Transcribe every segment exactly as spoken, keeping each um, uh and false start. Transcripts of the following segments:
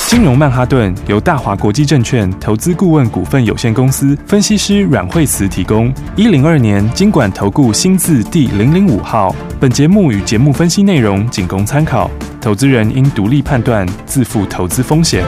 金融曼哈顿由大华国际证券投资顾问股份有限公司分析师阮惠慈提供。一零二年金管投顾新字第零零五号。本节目与节目分析内容仅供参考，投资人应独立判断，自负投资风险。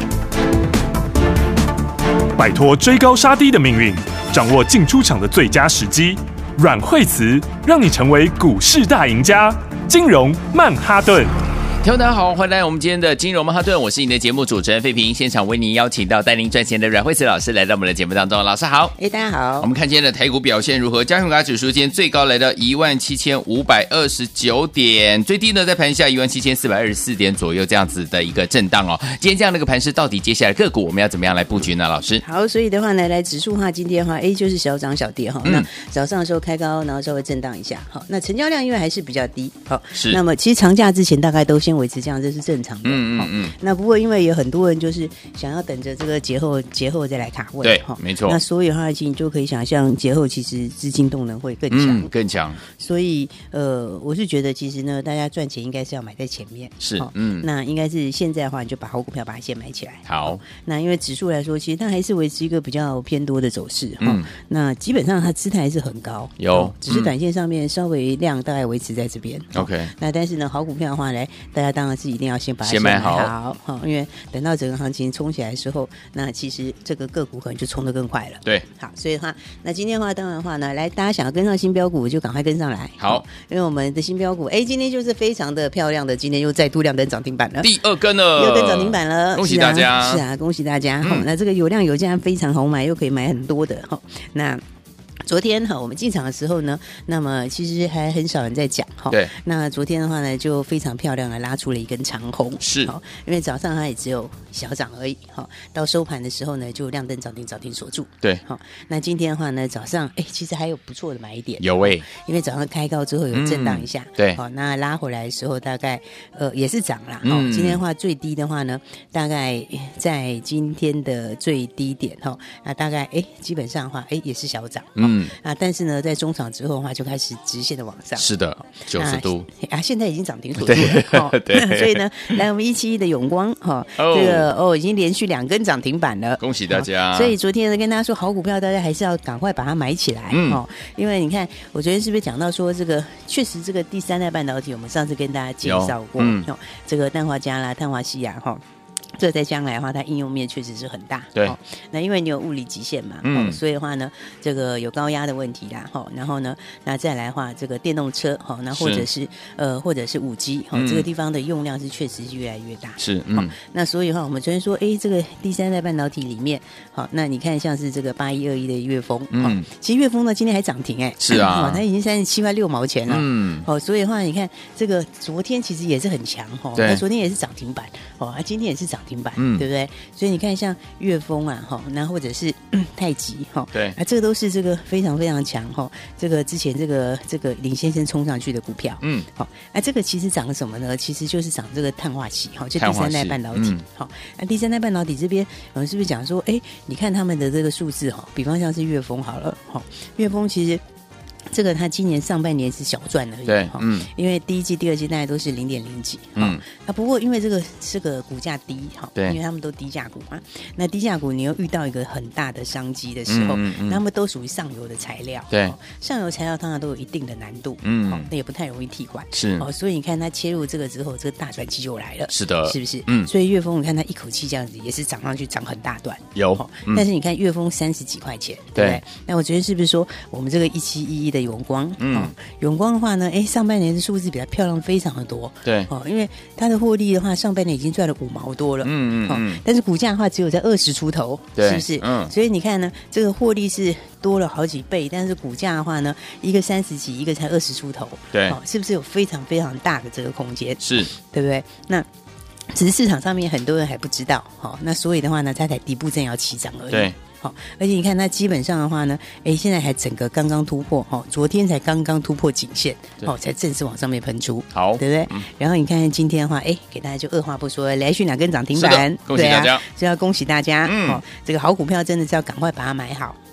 摆脱追高杀低的命运，掌握进出场的最佳时机。阮惠慈让你成为股市大赢家。金融曼哈顿。 听众大家好，欢迎来到我们今天的金融曼哈顿，我是你的节目主持人费平，现场为您邀请到带您赚钱的阮惠慈老师来到我们的节目当中。老师好。 哎，大家好。 我们看今天的台股表现如何？加权股价指数今天最高来到一万七千五百二十九点，最低呢在盘下一万七千四百二十四点左右这样子的一个震荡哦。今天这样的一个盘势，到底接下来个股我们要怎么样来布局呢？老师。 好，所以的话呢，来指数的话，今天的话，哎，就是小涨小跌哈、嗯。那早上的时候开高，然后稍微震荡一下。好，那成交量因为还是比较低，好， 是。 那么其实长假之前大概都先维持这样，这是正。正常的， 嗯嗯嗯。 那不过因为有很多人就是想要等着这个节后节后再来卡位， 对，没错。 那所以的话，其实你就可以想象节后其实资金动能会更强， 嗯，更强。 所以呃，我是觉得其实呢，大家赚钱应该是要买在前面， 是，嗯。 那应该是现在的话，你就把好股票把它先买起来。 好。 那因为指数来说，其实它还是维持一个比较偏多的走势哈、嗯。那基本上它姿态还是很高， 有， 只是短线上面稍微量大概维持在这边。 OK。 那但是呢，好股票的话，来大家当然是一定要先把它先买好。 好，好，因为等到整个行情冲起来的时候，那其实这个个股可能就冲得更快了。 对， 好，所以的话，那今天的话，当然的话呢，来大家想要跟上新标股，就赶快跟上来。 好， 因为我们的新标股，哎，今天就是非常的漂亮的，今天又再度亮灯涨停板了， 第二根了， 第二根涨停板了， 恭喜大家！ 是啊，是啊恭喜大家！嗯、那这个有量有价，非常好买，又可以买很多的哈。那昨天哈，我们进场的时候呢，那么其实还很少人在讲哈。 对。 那昨天的话呢，就非常漂亮的拉出了一根长红。 是。 因为早上它也只有小涨而已哈，到收盘的时候呢，就亮灯涨停涨停锁住。 对。 好，那今天的话呢，早上哎，其实还有不错的买点。 有哎、欸。 因为早上开高之后有震荡一下。 嗯、对。 好，那拉回来的时候大概呃也是涨啦。 嗯。 今天的话最低的话呢，大概在今天的最低点哈，那大概哎基本上的话哎也是小涨。嗯。啊，但是呢。在中场之后的话，就开始直线的往上。 是的，九十度啊，现在已经涨停锁住了。 对，对所以呢，来我们一七一的永光哈，哦、这个哦已经连续两根涨停板了， 恭喜大家。 所以昨天呢跟大家说，好股票大家还是要赶快把它买起来、嗯、哦，因为你看我昨天是不是讲到说这个确实这个第三代半导体，我们上次跟大家介绍过，嗯、哦，这个氮化镓啦、碳化矽呀哈。这在将来的话，它应用面确实是很大。 对、 哦，那因为你有物理极限嘛， 嗯、 哦，所以的话呢，这个有高压的问题啦，哈、哦，然后呢，那再来的话，这个电动车，哈、哦，那或者是, 是呃，或者是五 G， 哈、哦嗯，这个地方的用量是确实是越来越大。 是，嗯， 哦、那所以的话，我们昨天说，哎，这个第三代半导体里面，好、哦，那你看像是这个八一二一的月丰，嗯、哦，其实月丰呢今天还涨停，哎， 是啊， 哦，它已经三十七块六毛钱了， 嗯， 哦，所以的话，你看这个昨天其实也是很强，哈、哦，那昨天也是涨停板，哦，它今天也是涨停板，嗯，对不对？所以你看，像月丰啊，哈，那或者是太极，哈， 对， 啊，这个都是这个非常非常强，哈，这个之前这个这个领先先冲上去的股票，嗯，好，啊，这个其实涨什么呢？其实就是涨这个碳化矽，哈，就第三代半导体，好，那、嗯、第三代半导体这边，我们是不是讲说，哎，你看他们的这个数字，哈，比方像是月丰好了，哈，月丰其实。这个它今年上半年是小赚而已， 对，嗯， 因为第一季、第二季大概都是零点零几，嗯，啊，不过因为这个这个股价低，哈，对，因为他们都低价股嘛，那低价股你又遇到一个很大的商机的时候，嗯嗯嗯、他们都属于上游的材料， 对， 哦、上游材料当然都有一定的难度，嗯，哦，那也不太容易替换， 是， 哦，所以你看它切入这个之后，这个大转机就来了， 是的， 是不是？ 嗯， 所以月丰你看它一口气这样子也是涨上去，涨很大段， 有， 哦嗯、但是你看月丰三十几块钱，对不对？那我觉得是不是说我们这个一七一一的永光，嗯。哦、永光的话呢，哎，上半年的数字比它漂亮非常的多， 对， 哦，因为它的获利的话，上半年已经赚了五毛多了，嗯嗯嗯、哦，但是股价的话只有在二十出头， 对， 是不是？ 嗯， 所以你看呢，这个获利是多了好几倍，但是股价的话呢，一个三十几，一个才二十出头， 对， 哦，是不是有非常非常大的这个空间？ 是， 对不对？那只是市场上面很多人还不知道，哦，那所以的话呢，它才底部正要起涨而已， 对。 好，而且你看它基本上的话呢，哎，现在还整个刚刚突破，哦，昨天才刚刚突破颈线，哦，才正式往上面喷出， 好， 对不对？嗯、然后你看今天的话，哎，给大家就二话不说，连续两根涨停板， 恭喜大家， 对啊，就要恭喜大家，嗯，哦，这个好股票真的是要赶快把它买好。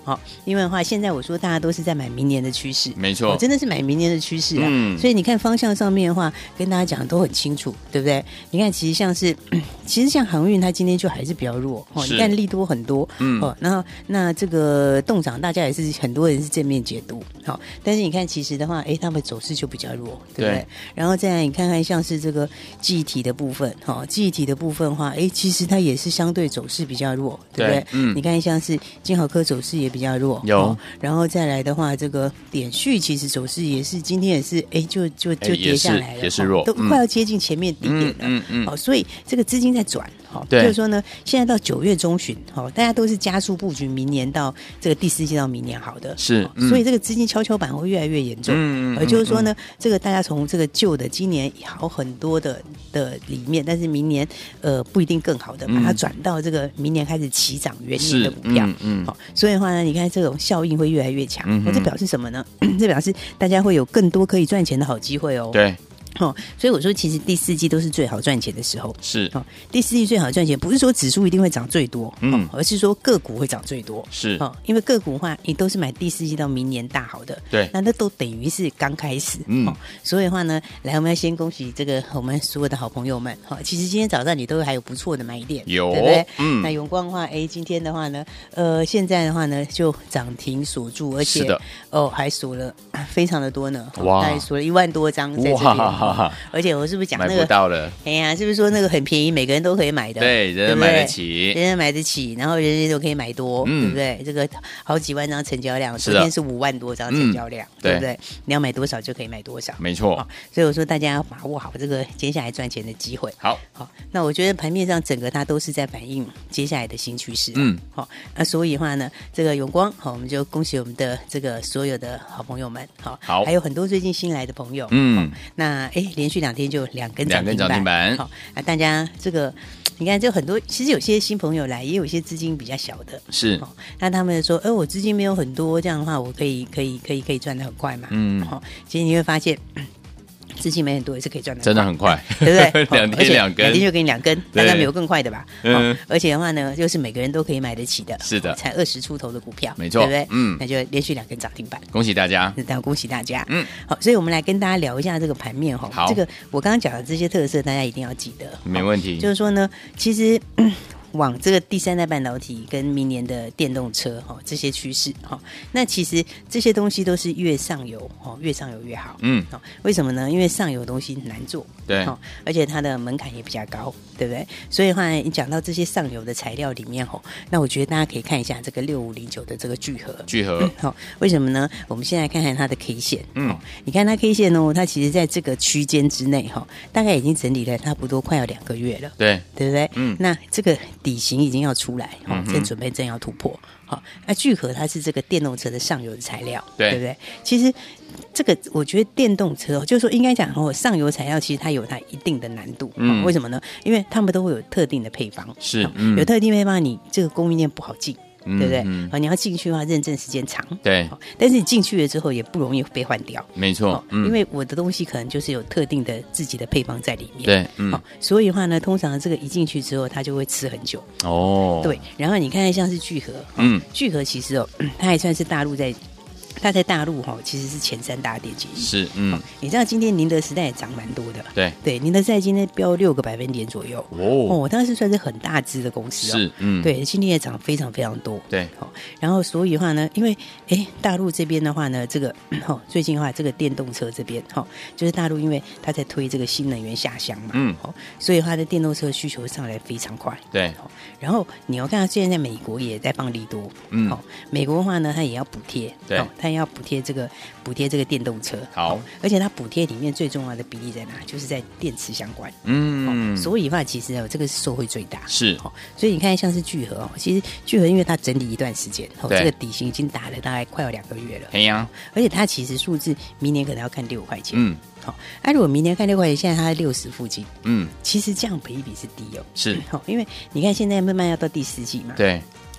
好、哦，因为的话，现在我说大家都是在买明年的趋势， 没错、 哦，真的是买明年的趋势啊。嗯，所以你看方向上面的话，跟大家讲的都很清楚，对不对？你看，其实像是，其实像航运，它今天就还是比较弱哦。你看利多很多，嗯，哦，然后那这个动涨，大家也是很多人是正面解读，好、哦，但是你看，其实的话，哎，他们走势就比较弱，对不对？对，然后再来你看看像是这个记忆体的部分，哈、哦，记忆体的部分的话，哎，其实它也是相对走势比较弱，对不对？对，嗯，你看像是金豪科走势也比较弱， 有、 哦，然后再来的话，这个点序其实走势也是今天也是，哎，就就就跌下来了， 也是, 也是弱、哦， 都快要接近前面低点了，嗯嗯，嗯，好、哦，所以这个资金在转。好，就是说呢，现在到九月中旬，好，大家都是加速布局明年到这个第四季到明年好的， 是， 嗯、所以这个资金跷跷板会越来越严重。嗯，而就是说呢，嗯、这个大家从这个旧的今年好很多的的里面，但是明年呃不一定更好的，把它转到这个明年开始起涨元年的股票。嗯，好、嗯，所以的话呢，你看这种效应会越来越强。那、嗯、这表示什么呢？这表示大家会有更多可以赚钱的好机会哦。 对。 哦，所以我说，其实第四季都是最好赚钱的时候。 是， 哦，第四季最好赚钱，不是说指数一定会涨最多，嗯、哦，而是说个股会涨最多。 是， 哦，因为个股的话，你都是买第四季到明年大好的， 对， 那那都等于是刚开始，嗯、哦，所以的话呢，来，我们要先恭喜这个我们所有的好朋友们，哈、哦，其实今天早上你都还有不错的买点， 有， 对不对？ 嗯， 那永光的话，哎，今天的话呢，呃，现在的话呢，就涨停锁住，而且哦，还锁了非常的多呢，哇，还锁了一万多张在这边，哇，而且我是不是讲那个买不到了？ 哎呀，是不是说那个很便宜，每个人都可以买的？ 对，人人买得起， 人人买得起，然后人人都可以买多，嗯、对不对？这个好几万张成交量，昨天是五万多张成交量，嗯、对不对？你要买多少就可以买多少， 没错、哦。 所以我说大家要把握好这个接下来赚钱的机会。 好， 好，那我觉得盘面上整个它都是在反映接下来的新趋势。嗯，好，那所以的话呢，这个永光，好，我们就恭喜我们的这个所有的好朋友们，好， 好， 还有很多最近新来的朋友，嗯，那哎，连续两天就两根涨停板， 两根涨停板， 好，那大家这个你看，就很多，其实有些新朋友来，也有一些资金比较小的， 是， 哦，那他们说，哎，我资金没有很多，这样的话，我可以可以可以可以赚得很快嘛，嗯，好，其实你会发现。资金没很多也是可以赚的， 真的很快， 对不对？ 两天两根， 两天就给你两根，大概没有更快的吧？嗯，而且的话呢，就是每个人都可以买得起的， 是的， 才二十出头的股票， 没错， 对不对？嗯，那就连续两根涨停板， 恭喜大家， 那恭喜大家，嗯，好，所以我们来跟大家聊一下这个盘面哈， 好， 这个我刚刚讲的这些特色，大家一定要记得， 没问题。 就是说呢，其实。嗯往这个第三代半导体跟明年的电动车哈、哦、这些趋势哈、哦，那其实这些东西都是越上游哦，越上游越好。嗯，哦，为什么呢？因为上游的东西难做， 对， 哦，而且它的门槛也比较高，对不对？所以的话，你讲到这些上游的材料里面哦，那我觉得大家可以看一下这个六五零九的这个聚合， 聚合， 好、嗯哦，为什么呢？我们现在看看它的 K 线，嗯、哦，你看它 K 线哦，它其实在这个区间之内哈、哦，大概已经整理了差不多快要两个月了， 对， 对不对？嗯，那这个底型已经要出来，哦，正准备正要突破。好，那聚合它是这个电动车的上游的材料， 对， 对不对？其实这个我觉得电动车，就是说应该讲哦，上游材料其实它有它一定的难度，嗯，为什么呢？因为他们都会有特定的配方， 是， 嗯、有特定配方，你这个供应链不好进。对不对？嗯、你要进去的话，认证时间长。 对， 但是你进去了之后，也不容易被换掉。 没错、 嗯，因为我的东西可能就是有特定的自己的配方在里面。 对，嗯， 所以的话呢，通常这个一进去之后，它就会吃很久。 哦， 对，然后你看像是聚合，嗯，聚合其实哦，它也算是大陆在。它在大陆哈、哦、其实是前三大电机， 是嗯、哦， 你知道今天宁德时代也涨蛮多的， 对对，宁德时代今天飙六个百分点左右，哦哦，它是算是很大只的公司哦， 是嗯， 对，今天也涨非常非常多， 对， 好、哦，然后所以的话呢，因为哎大陆这边的话呢，这个哦最近的话这个电动车这边哈、哦，就是大陆因为它在推这个新能源下乡嘛，嗯，哦，所以它的电动车需求上来非常快， 对， 哦，然后你要看到现在美国也在放利多，嗯，好、哦，美国的话呢，它也要补贴， 对， 哦，它也要补贴这个。补贴这个电动车， 好， 而且它补贴里面最重要的比例在哪？就是在电池相关，嗯，哦、所以的话，其实哦，这个是受惠最大， 是， 哦，所以你看像是聚合哦，其实聚合因为它整理一段时间，哦，这个底薪已经打了大概快要两个月了， 哎呀， 而且它其实数字明年可能要看六块钱，嗯，好、哦，那、啊、如果明年看六块钱，现在它在六十附近，嗯，其实这样本益比是低哦， 是， 好、哦，因为你看现在慢慢要到第四季嘛， 对。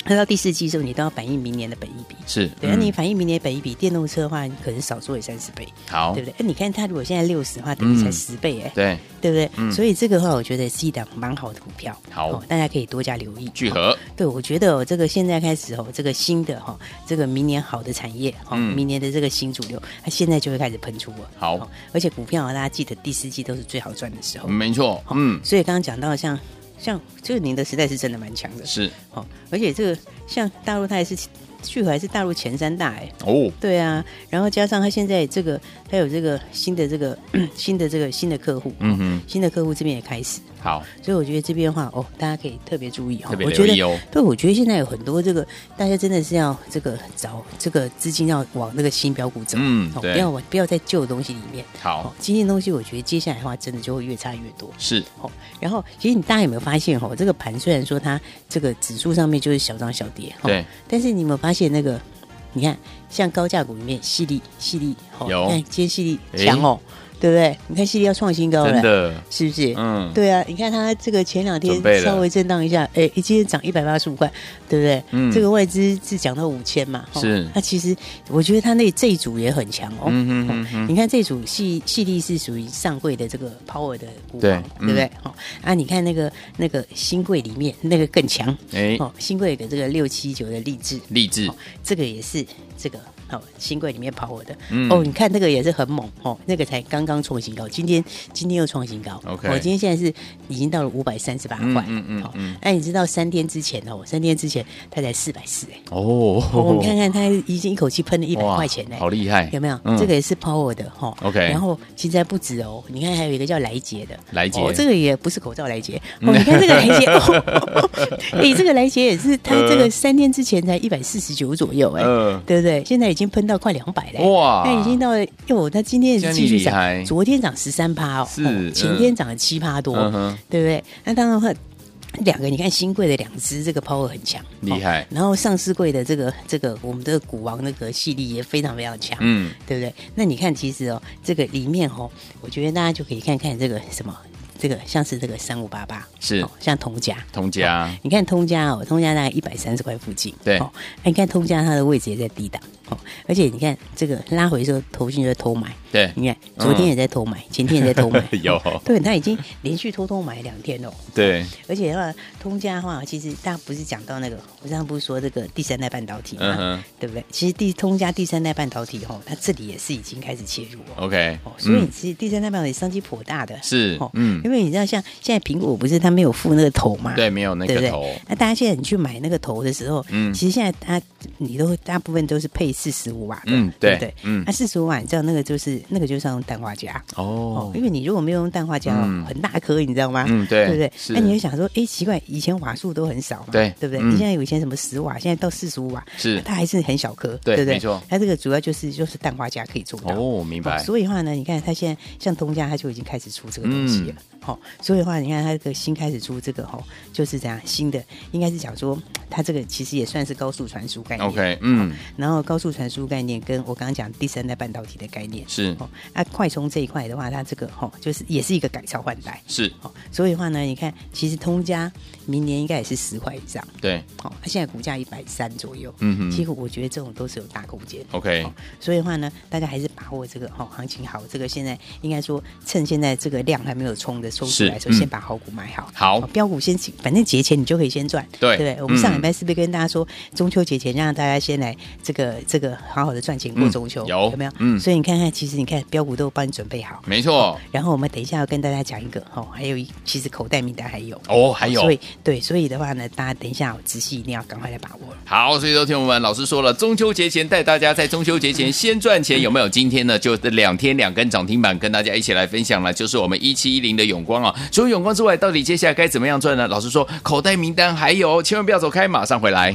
那到第四季的时候，你都要反映明年的本益比， 是对。那、嗯、你反映明年的本益比，电动车的话，你可能少说也三十倍， 好， 对不对？那你看它如果现在六十的话，等于才十倍哎、欸嗯， 对， 对不对？ 嗯、 所以这个的话，我觉得是一档蛮好的股票， 好、 哦，大家可以多加留意。 聚合， 对，我觉得、哦、这个现在开始哦，这个新的哈、哦，这个明年好的产业，哦，嗯、明年的这个新主流，它现在就会开始喷出了。 好、 哦，而且股票、啊、大家记得第四季都是最好赚的时候， 没错，嗯， 所以刚刚讲到像。像这个宁德时代是真的蛮强的， 是哦，而且这个像大陆它也是聚合还是大陆前三大哎， 哦， 对啊，然后加上它现在这个它有这个新的这个新的这个新的客户，嗯哼，新的客户这边也开始， 好， 所以我觉得这边的话哦，大家可以特别注意哈， 特别留意哦。 对，我觉得现在有很多这个大家真的是要这个找这个资金要往那个新标股走， 嗯， 哦、 对， 不要往不要在旧的东西里面， 好， 哦、新的东西我觉得接下来的话真的就会越差越多， 是哦。然后其实你大家有没有发现哦，这个盘虽然说它这个指数上面就是小涨小跌， 对、哦， 但是你有没有发现那个？你看，像高价股里面，细粒、细粒， 哦，有， 你看今天细粒强哦，对不对？你看细粒要创新高了， 真的， 是不是？ 嗯， 对啊，你看它这个前两天稍微震荡一下，哎，今天涨一百八十五块，对不对？嗯，这个外资是讲到五千嘛， 是。 那其实我觉得它那这一组也很强哦， 嗯哼哼哼， 你看这组细细粒是属于上柜的这个 power 的股王，对不对？好啊，你看那个那个新柜里面那个更强，哎，哦，新柜有个这个六七九的励志， 励志， 这个也是这个。哦，新柜里面跑我的、嗯、哦，你看那个也是很猛哦，那个才刚刚创新高，今天今天又创新高 ，OK， 我、哦、今天现在是已经到了五百三十八块，嗯嗯嗯，那、哦、你知道三天之前哦，三天之前它才四百四哎， 哦， 哦，你看看它已经一口气喷了一百块钱嘞， 好厉害， 有没有？嗯、这个也是 power 的哈、哦、 ，OK， 然后现在不止哦，你看还有一个叫来杰的， 来杰、 哦，这个也不是口罩来杰，哦，你看这个来杰，哦，哎，这个来杰也是，它这个三天之前才一百四十九左右哎，呃、对不对？现在已经喷到快两百。 哇， 那已经到了哟！那今天也是继续涨，昨天涨十三趴哦， 是、 哦、前天涨了七趴多，嗯、对不对？那当然话，两个你看新贵的两只，这个 power 很强， 厉害、哦。 然后上市柜的这个这个我们的股王那个系力也非常非常强，嗯，对不对？那你看，其实哦，这个里面哦，我觉得大家就可以看看这个什么。这个像是这个三五八八是、 哦、像通家， 通家、 哦，你看通家哦，通家大概一百三十块附近， 对， 哦，你看通家它的位置也在低档哦，而且你看这个拉回的时候，投信就在偷买， 对， 你看昨天也在偷买，嗯、前天也在偷买， 有， 哦、对，他已经连续偷偷买两天了， 对， 而且的话，通家的话，其实大家不是讲到那个，我刚刚不是说这个第三代半导体嘛，嗯、对不对？其实第通家第三代半导体哦，它这里也是已经开始切入了 ，OK， 哦，所以其实第三代半导体商机颇大的， 是， 哦，嗯，因为你知道像。现在苹果不是它没有附那个头嘛？ 对，没有那个头。 对对那大家现在你去买那个头的时候，嗯，其实现在它你都大部分都是配四十五瓦的， 嗯， 对不对？ 嗯， 那四十五瓦，你知道那个就是那个就是要用氮化镓哦, 哦，因为你如果没有用氮化镓，嗯、很大颗，你知道吗？ 嗯，对， 对不对？那你会想说，哎，奇怪，以前瓦数都很少嘛， 对， 对不对？ 嗯、 你现在有以前什么十瓦，现在到四十五瓦， 是它还是很小颗， 对， 对不对？ 没错。 它这个主要就是就是氮化镓可以做到哦，明白。 哦、所以的话呢，你看它现在像通家，它就已经开始出这个东西了。嗯好、哦，所以的话，你看它这个新开始出这个哈、哦，就是这样新的，应该是讲说它这个其实也算是高速传输概念。 OK， 嗯、哦， 然后高速传输概念跟我刚刚讲第三代半导体的概念是哦，那、啊、快充这一块的话，它这个哈、哦、就是也是一个改朝换代是哦，所以的话呢，你看其实通家明年应该也是十块以上， 对， 好、哦，它现在股价一百三左右，嗯哼，其实我觉得这种都是有大空间 ，OK，、 哦、所以的话呢，大家还是把握这个哈、哦、行情好，这个现在应该说趁现在这个量还没有冲的收出来的时候，先把好股买好， 好、 哦、标股先，反正节前你就可以先赚， 对对不对？我们上礼拜是不是跟大家说，嗯、中秋节前让大家先来这个这个好好的赚钱过中秋， 嗯、有有没有？ 嗯， 所以你看看，其实你看标股都帮你准备好， 没错、哦。 然后我们等一下要跟大家讲一个哦，还有一其实口袋名单还有哦，还有， 所以对，所以的话呢，大家等一下仔细一定要赶快来把握了。 好，所以昨天我们老师说了，中秋节前带大家在中秋节前先赚钱，有没有？今天呢，就两天两根涨停板，跟大家一起来分享了，就是我们一七一零的永光啊。除了永光之外，到底接下来该怎么样赚呢？老师说，口袋名单还有，千万不要走开，马上回来。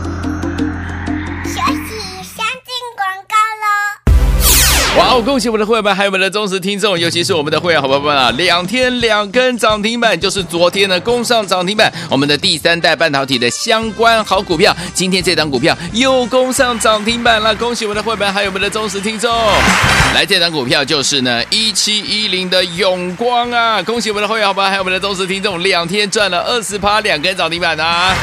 哇哦！恭喜我们的会员们，还有我们的忠实听众，尤其是我们的会员好朋友们啊！两天两根涨停板，就是昨天呢攻上涨停板，我们的第三代半导体的相关好股票，今天这档股票又攻上涨停板了，恭喜我们的会员们，还有我们的忠实听众。来，这档股票就是呢一七一零的永光啊！恭喜我们的会员好朋友，还有我们的忠实听众，两天赚了二十趴，两根涨停板啊！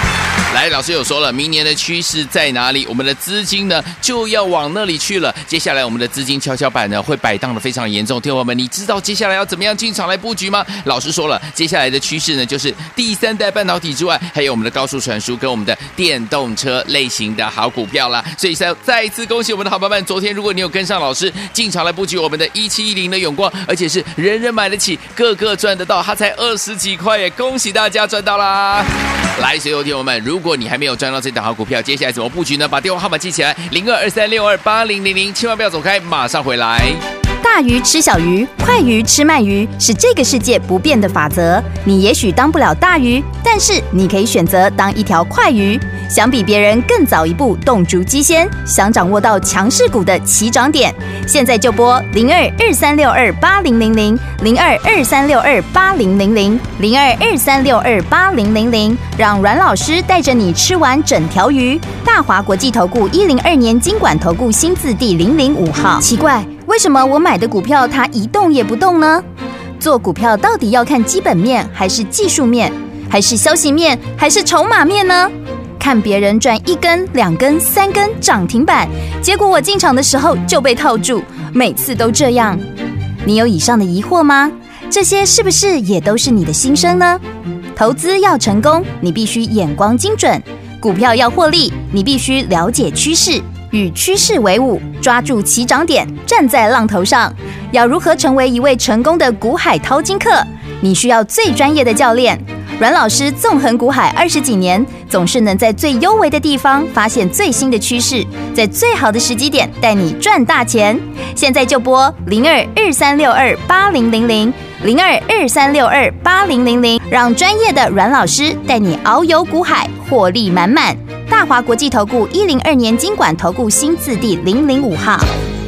来，老师有说了，明年的趋势在哪里？我们的资金呢就要往那里去了。接下来我们的资金跷跷板呢会摆荡的非常严重。听众们，你知道接下来要怎么样进场来布局吗？老师说了，接下来的趋势呢就是第三代半导体之外，还有我们的高速传输跟我们的电动车类型的好股票啦。所以再一次恭喜我们的好朋友们，昨天如果你有跟上老师进场来布局我们的一七一零的永光，而且是人人买得起，个个赚得到，它才二十几块耶，恭喜大家赚到啦！来，所有听众们，如果你还没有赚到这档好股票，接下来怎么布局呢？把电话号码记起来，零二二三六二八零零零，千万不要走开，马上回来。 大鱼吃小鱼，快鱼吃慢鱼，是这个世界不变的法则。你也许当不了大鱼，但是你可以选择当一条快鱼。想比别人更早一步动足机先，想掌握到强势股的起涨点，现在就拨零二二三六二八零零零零二二三六二八零零零零二二三六二八零零零，让阮老师带着你吃完整条鱼。大华国际投顾一零二年金管投顾新字第零零五号。奇怪，为什么我买的股票它一动也不动呢？做股票到底要看基本面，还是技术面，还是消息面，还是筹码面呢？看别人赚一根、两根、三根涨停板，结果我进场的时候就被套住，每次都这样。你有以上的疑惑吗？这些是不是也都是你的心声呢？投资要成功，你必须眼光精准；股票要获利，你必须了解趋势，与趋势为伍，抓住起涨点，站在浪头上。要如何成为一位成功的股海淘金客？你需要最专业的教练。阮老师纵横股海二十几年，总是能在最优微的地方发现最新的趋势，在最好的时机点带你赚大钱。现在就拨零二二三六二八零零零零二二三六二八零零零，让专业的阮老师带你遨游股海，获利满满。大华国际投顾一零二年金管投顾新字第零零五号。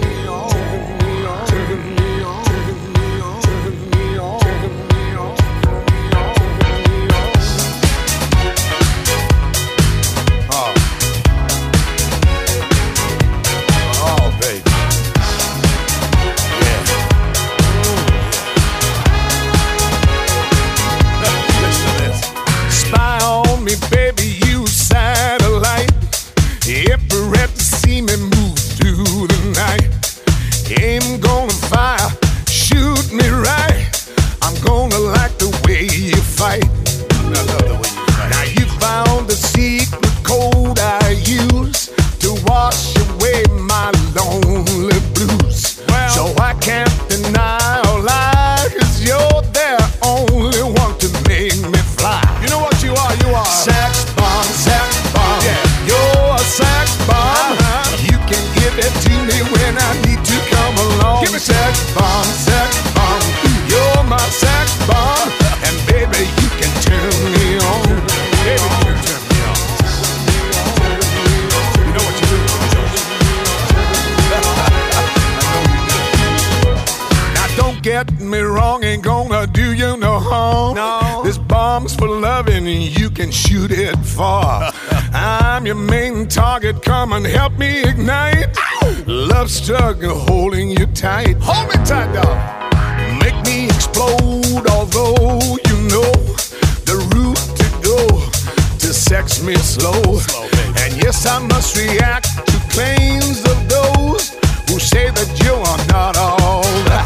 Get me wrong, ain't gonna do you no harm. No. This bomb's for loving, you can shoot it far. I'm your main target, come and help me ignite. Love struggle holding you tight. Hold me tight, dog. Make me explode, although you know the route to go to sex me slow. slow and yes, I must react to claims of those who say that you are not all that.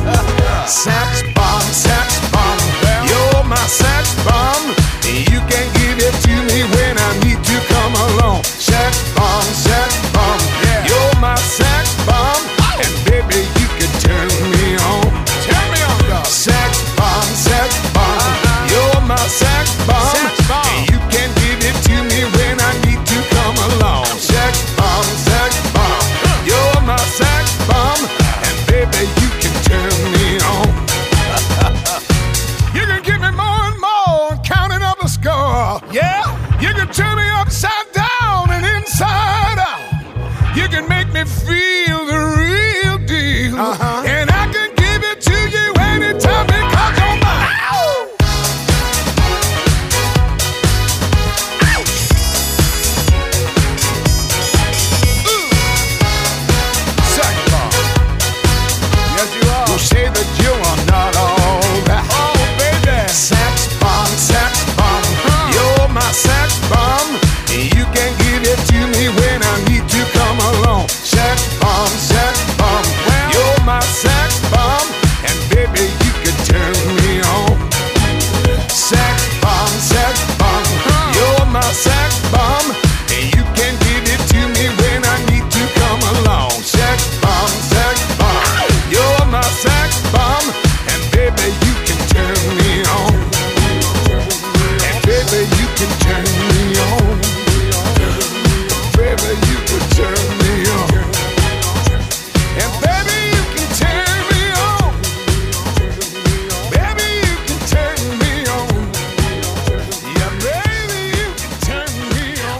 Sex bomb, sex bomb, you're my sex bomb. You can give it to me when I need to come along. Sex bomb, sex bomb, yeah. You're my sex bomb, and baby you can turn me on. Turn me on, dog. Sex bomb, sex bomb, you're my sex bomb. And you can give it to me when I need to come along. Sex bomb, sex bomb, you're my sex bomb, and baby you can turn me on. You can give me more and more, counting up a score. Yeah, you can turn me upside down and inside out. You can make me feel the real deal, uh-huh. And I can give it to you anytime because you're mine. Ow! Ouch! Ooh. Sex bomb. Yes, you are. Who say that you are not all that? Oh, baby. Sex bomb, sex bomb. Huh. You're my sex bomb.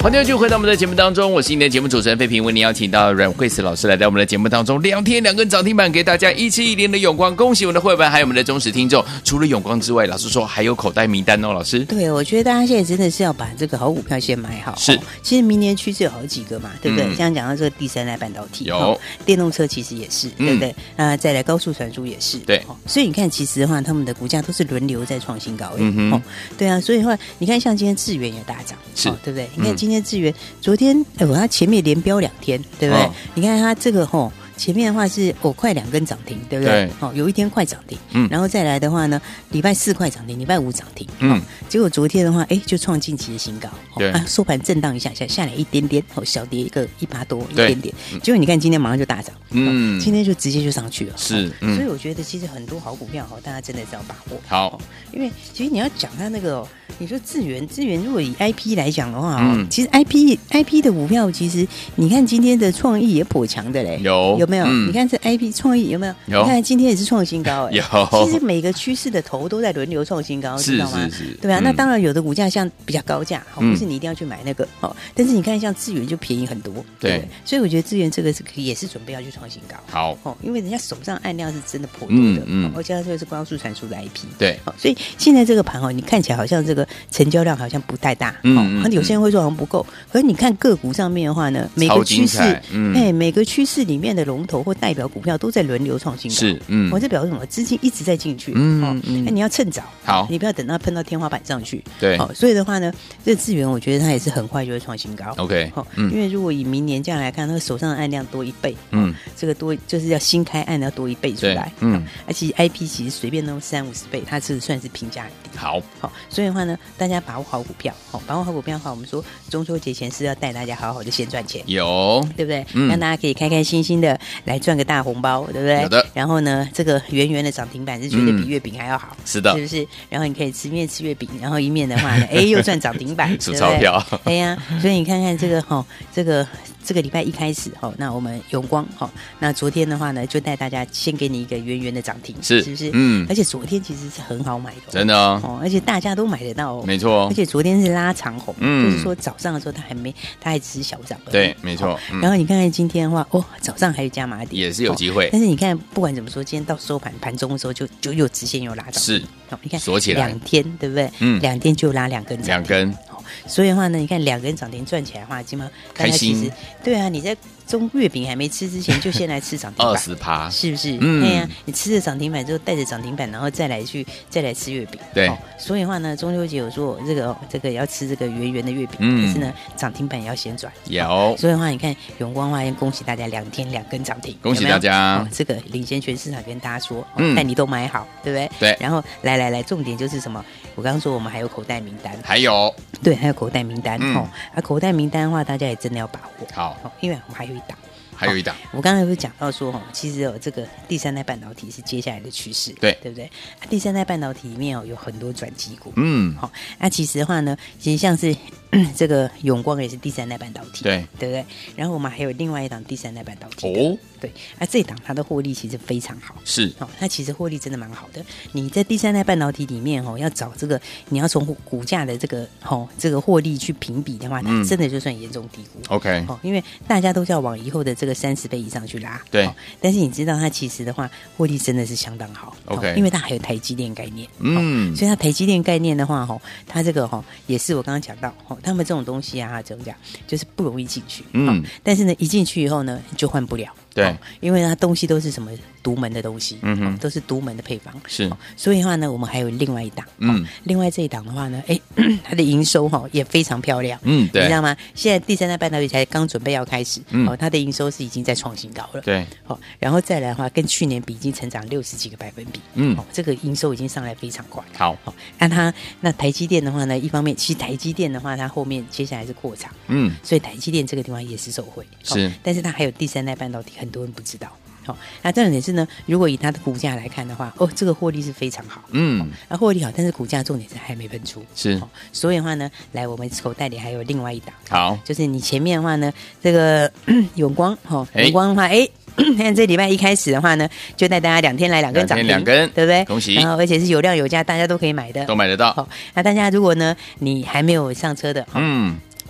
好的，就回到我们的节目当中，我是今天的节目主持人费平，为您邀请到阮慧慈老师来到我们的节目当中，两天两根涨停板给大家一七一零的永光，恭喜我们的会员还有我们的忠实听众。除了永光之外，老师说还有口袋名单哦，老师。 对，我觉得大家现在真的是要把这个好股票先买好。 是， 哦、其实明年趋势有好几个嘛，对不对？ 嗯、 像讲到这个第三代半导体， 有、 哦、电动车其实也是，对不对？那、嗯、再来高速传输也是， 对、 哦。所以你看，其实的话，他们的股价都是轮流在创新高， 嗯哼、 哦，对啊。所以的话，你看像今天智原也大涨， 是、 哦，对不对？你看今天智原昨天，哎，我它前面连飙两天，对不对？哦、你看它这个吼。前面的话是哦，快两根涨停，对不对？哦，有一天快涨停，嗯，然后再来的话呢，礼拜四快涨停，礼拜五涨停，嗯，结果昨天的话，哎，就创近期的新高， 对， 啊，收盘震荡一下下，下来一点点，哦，小跌一个一八多，一点点，结果你看今天马上就大涨，嗯，今天就直接就上去了， 是， 所以我觉得其实很多好股票哈，大家真的是要把握， 好， 因为其实你要讲它那个，你说智原，智原如果以 I P 来讲的话，嗯，其实 I P I P 的股票，其实你看今天的创意也颇强的嘞， 有有没有？你看这 I P 创意有没有？ 有。 你看今天也是创新高，哎， 有。 其实每个趋势的头都在轮流创新高，知道吗？ 是是是。 对啊，那当然有的股价像比较高价，不是你一定要去买那个哦。但是你看像智原就便宜很多，对。所以我觉得智原这个是也是准备要去创新高。 好哦，因为人家手上按量是真的颇多的，嗯，而且它这个是高速传输的 I P， 对。 哦，所以现在这个盘哦，你看起来好像这个成交量好像不太大，嗯嗯。有些人会说好像不够，可是你看个股上面的话呢，每个趋势，哎，每个趋势里面的龙头或代表股票都在轮流创新高， 是，嗯， 我、哦、这表示什么？资金一直在进去，嗯哦，那、嗯、你要趁早， 好， 你不要等到碰到天花板上去， 对， 哦，所以的话呢，这个智原我觉得它也是很快就会创新高 ，OK， 哦，嗯、因为如果以明年这样来看，那个手上的案量多一倍，嗯、哦，这个多就是要新开案要多一倍出来，嗯，而且 I P 其实随便弄三五十倍，它是算是平价一点， 好， 好、哦，所以的话呢，大家把握好股票，哦，把握好股票的话，我们说中秋节前是要带大家好好的先赚钱， 有， 对不对？嗯、让大家可以开开心心的来赚个大红包，对不对？ 有的。 然后呢，这个圆圆的涨停板是绝对比月饼还要好， 嗯、是的， 是不是？然后你可以吃面吃月饼，然后一面的话呢，哎，又赚涨停板， 数钞票， 哎呀，所以你看看这个哈、哦，这个。这个礼拜一开始哈、哦，那我们永光哈、哦，那昨天的话呢，就带大家先给你一个圆圆的涨停， 是是不是？ 嗯， 而且昨天其实是很好买的、哦， 真的哦， 哦，而且大家都买得到哦， 没错， 而且昨天是拉长红， 嗯， 就是说早上的时候它还没，它还只是小涨而已， 对，没错。 嗯、然后你看看今天的话，哦，早上还有加码点， 也是有机会、哦。 但是你看，不管怎么说，今天到收盘盘中的时候就就又直线又拉涨， 是， 哦，你看锁起来两天，对不对？嗯，两天就拉两根， 两根。 哦，所以的话呢，你看两根涨停赚起来的话，基本上开心。对啊，你在中月饼还没吃之前，就先来吃涨停板， 二十趴， 是不是？嗯，对呀、啊，你吃着涨停板之后，带着涨停板，然后再来去再来吃月饼。 对、 哦，所以的话呢，中秋节有说这个、哦、这个要吃这个圆圆的月饼，嗯、但是呢，涨停板也要先转。 有， 所以的话，你看永光花园，恭喜大家两天两根涨停， 恭喜大家！ 有有哦、这个领先全市场，跟大家说，哦、嗯，但你都买好，对不对？ 对。 然后来来来，重点就是什么？我刚刚说我们还有口袋名单， 还有对，还有口袋名单、嗯、哦。啊，口袋名单的话，大家也真的要把握。 好， 哦，因为我们还有一档。 还有一档、哦， 我刚才不是讲到说哈，其实有这个第三代半导体是接下来的趋势， 对对不对？啊、第三代半导体里面哦有很多转机股， 嗯， 好、哦，那、啊、其实的话呢，其实像是这个永光也是第三代半导体， 对对不对？然后我们还有另外一档第三代半导体， 哦， 对，啊这一档它的获利其实非常好， 是哦，它其实获利真的蛮好的。你在第三代半导体里面哦，要找这个你要从股价的这个哦这个获利去评比的话，它真的就算严重低估、 嗯、，OK， 哦，因为大家都是要往以后的这个三十倍以上去拉， 对、 哦，但是你知道它其实的话，获利真的是相当好 ，OK，、 哦、因为它还有台积电概念， 嗯、 哦，所以它台积电概念的话，哈、哦，它这个哈、哦、也是我刚刚讲到，哦，他们这种东西啊，怎么讲，就是不容易进去，嗯、哦，但是呢，一进去以后呢，就换不了。 对、 哦，因为它东西都是什么独门的东西， 嗯哼、 哦，都是独门的配方， 是、 哦，所以的话呢，我们还有另外一档， 嗯、 哦，另外这一档的话呢，哎，它的营收哈、哦、也非常漂亮， 嗯，对， 你知道吗？现在第三代半导体才刚准备要开始， 嗯、 哦，它的营收是已经在创新高了， 对， 哦，然后再来的话，跟去年比已经成长六十几个百分比， 嗯， 哦，这个营收已经上来非常快， 好， 哦，那它那台积电的话呢，一方面其实台积电的话，它后面接下来是扩厂， 嗯， 所以台积电这个地方也是受惠， 是， 哦、但是它还有第三代半导体，很多人不知道。好、哦，那重点是呢，如果以它的股价来看的话，哦，这个获利是非常好， 嗯， 那、哦、获利好，但是股价重点是还没喷出， 是、 哦，所以的话呢，来我们口袋里还有另外一档， 好， 就是你前面的话呢，这个永光，哈、哦，永光的话，哎。看这礼拜一开始的话呢，就带大家两天来两根涨停， 两根， 对不对？ 恭喜！ 然后而且是有量有价，大家都可以买的， 都买得到。 好、哦，那大家如果呢，你还没有上车的，哦、 嗯。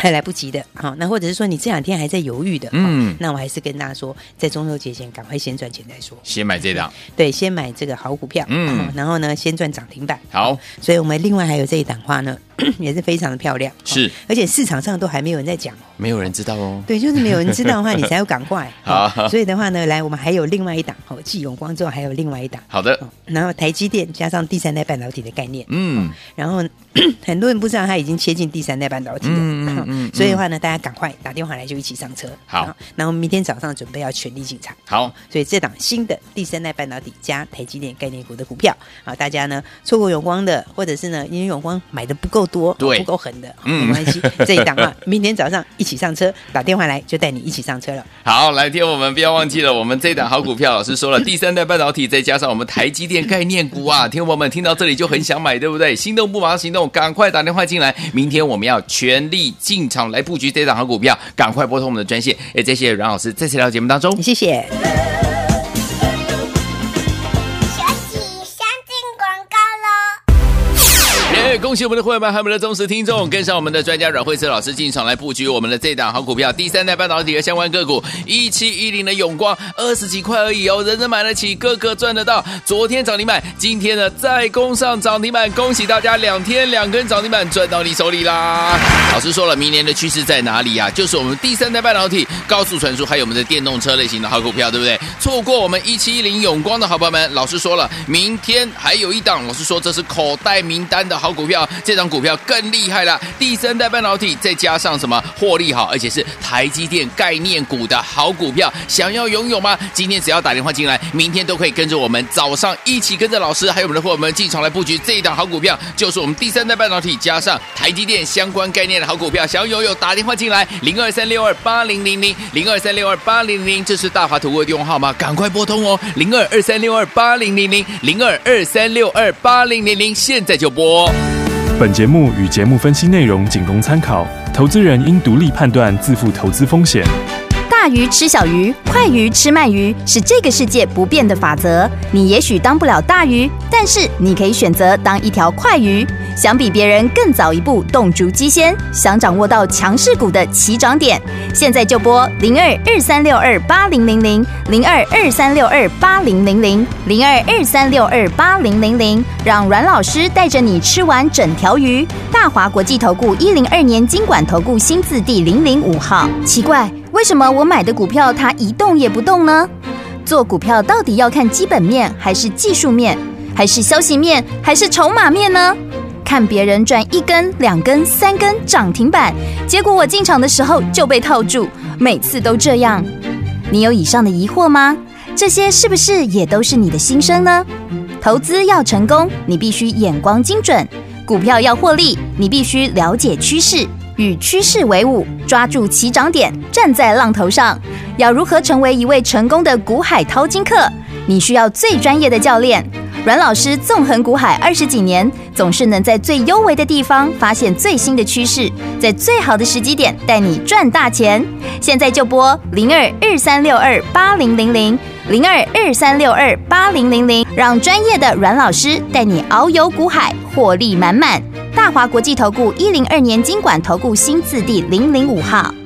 还来不及的，好，那或者是说你这两天还在犹豫的，嗯，那我还是跟大家说，在中秋节前赶快先赚钱再说， 先买这档， 对，先买这个好股票，嗯，然后呢，先赚涨停板， 好， 所以我们另外还有这一档话呢，也是非常的漂亮， 是， 而且市场上都还没有人在讲， 没有人知道哦， 对，就是没有人知道的话，你才要赶快， 好， 所以的话呢，来，我们还有另外一档，哦，继永光之后还有另外一档， 好的， 然后台积电加上第三代半导体的概念， 嗯， 然后很多人不知道它已经切进第三代半导体了，嗯嗯嗯，所以的话呢，大家赶快打电话来就一起上车， 好， 然后明天早上准备要全力进场， 好， 所以这档新的第三代半导体加台积电概念股的股票啊，大家呢错过永光的，或者是呢因为永光买的不够多， 对， 不够狠的，没关系，这一档啊，明天早上一起上车，打电话来就带你一起上车了。 好，来听我们不要忘记了，我们这一档好股票，老师说了，第三代半导体再加上我们台积电概念股啊，听我们听到这里就很想买，对不对？心动不马上行动，赶快打电话进来，明天我们要全力进场来布局这档好股票，赶快拨通我们的专线。哎，谢谢阮老师再次来到节目当中， 谢谢。 恭喜我们的会员们还有我们的忠实听众，跟上我们的专家阮慧慈老师进场来布局我们的这档好股票，第三代半导体的相关个股一七一零的永光，二十几块而已哦，人人买得起，个个赚得到。昨天涨停板，今天呢再攻上涨停板，恭喜大家两天两根涨停板赚到你手里啦！老师说了，明年的趋势在哪里啊？就是我们第三代半导体、高速传输，还有我们的电动车类型的好股票，对不对？错过我们一七一零永光的好朋友们，老师说了，明天还有一档，老师说这是口袋名单的好股票。这张股票更厉害了，第三代半导体再加上什么获利好，而且是台积电概念股的好股票，想要拥有吗？今天只要打电话进来，明天都可以跟着我们早上一起跟着老师还有我们的伙伴们进场来布局这一档好股票，就是我们第三代半导体加上台积电相关概念的好股票，想要拥有打电话进来零二三六二八零零零 零二三六二八零零零，这是大华投顾的电话号码，赶快拨通哦，零二二三六二八零零零 零二二三六二八零零零，现在就拨。 本节目与节目分析内容仅供参考，投资人应独立判断，自负投资风险。 大鱼吃小鱼，快鱼吃慢鱼，是这个世界不变的法则。你也许当不了大鱼，但是你可以选择当一条快鱼。想比别人更早一步动足机先，想掌握到强势股的起涨点，现在就拨零二二三六二八零零零 零二二三六二八零零零 零二二三六二八零零零，让阮老师带着你吃完整条鱼。大华国际投顾一零二年金管投顾新字第零零五号。奇怪，为什么我买的股票它一动也不动呢？做股票到底要看基本面，还是技术面，还是消息面，还是筹码面呢？看别人赚一根、两根、三根涨停板，结果我进场的时候就被套住，每次都这样。你有以上的疑惑吗？这些是不是也都是你的心声呢？投资要成功，你必须眼光精准；股票要获利，你必须了解趋势，与趋势为伍，抓住起涨点，站在浪头上。要如何成为一位成功的股海淘金客？你需要最专业的教练。阮老师纵横股海二十几年，总是能在最优微的地方发现最新的趋势，在最好的时机点带你赚大钱。现在就拨零二二三六二八零零零 零二二三六二八零零零，让专业的阮老师带你遨游股海，获利满满。大华国际投顾一零二年金管投顾新字第零零五号。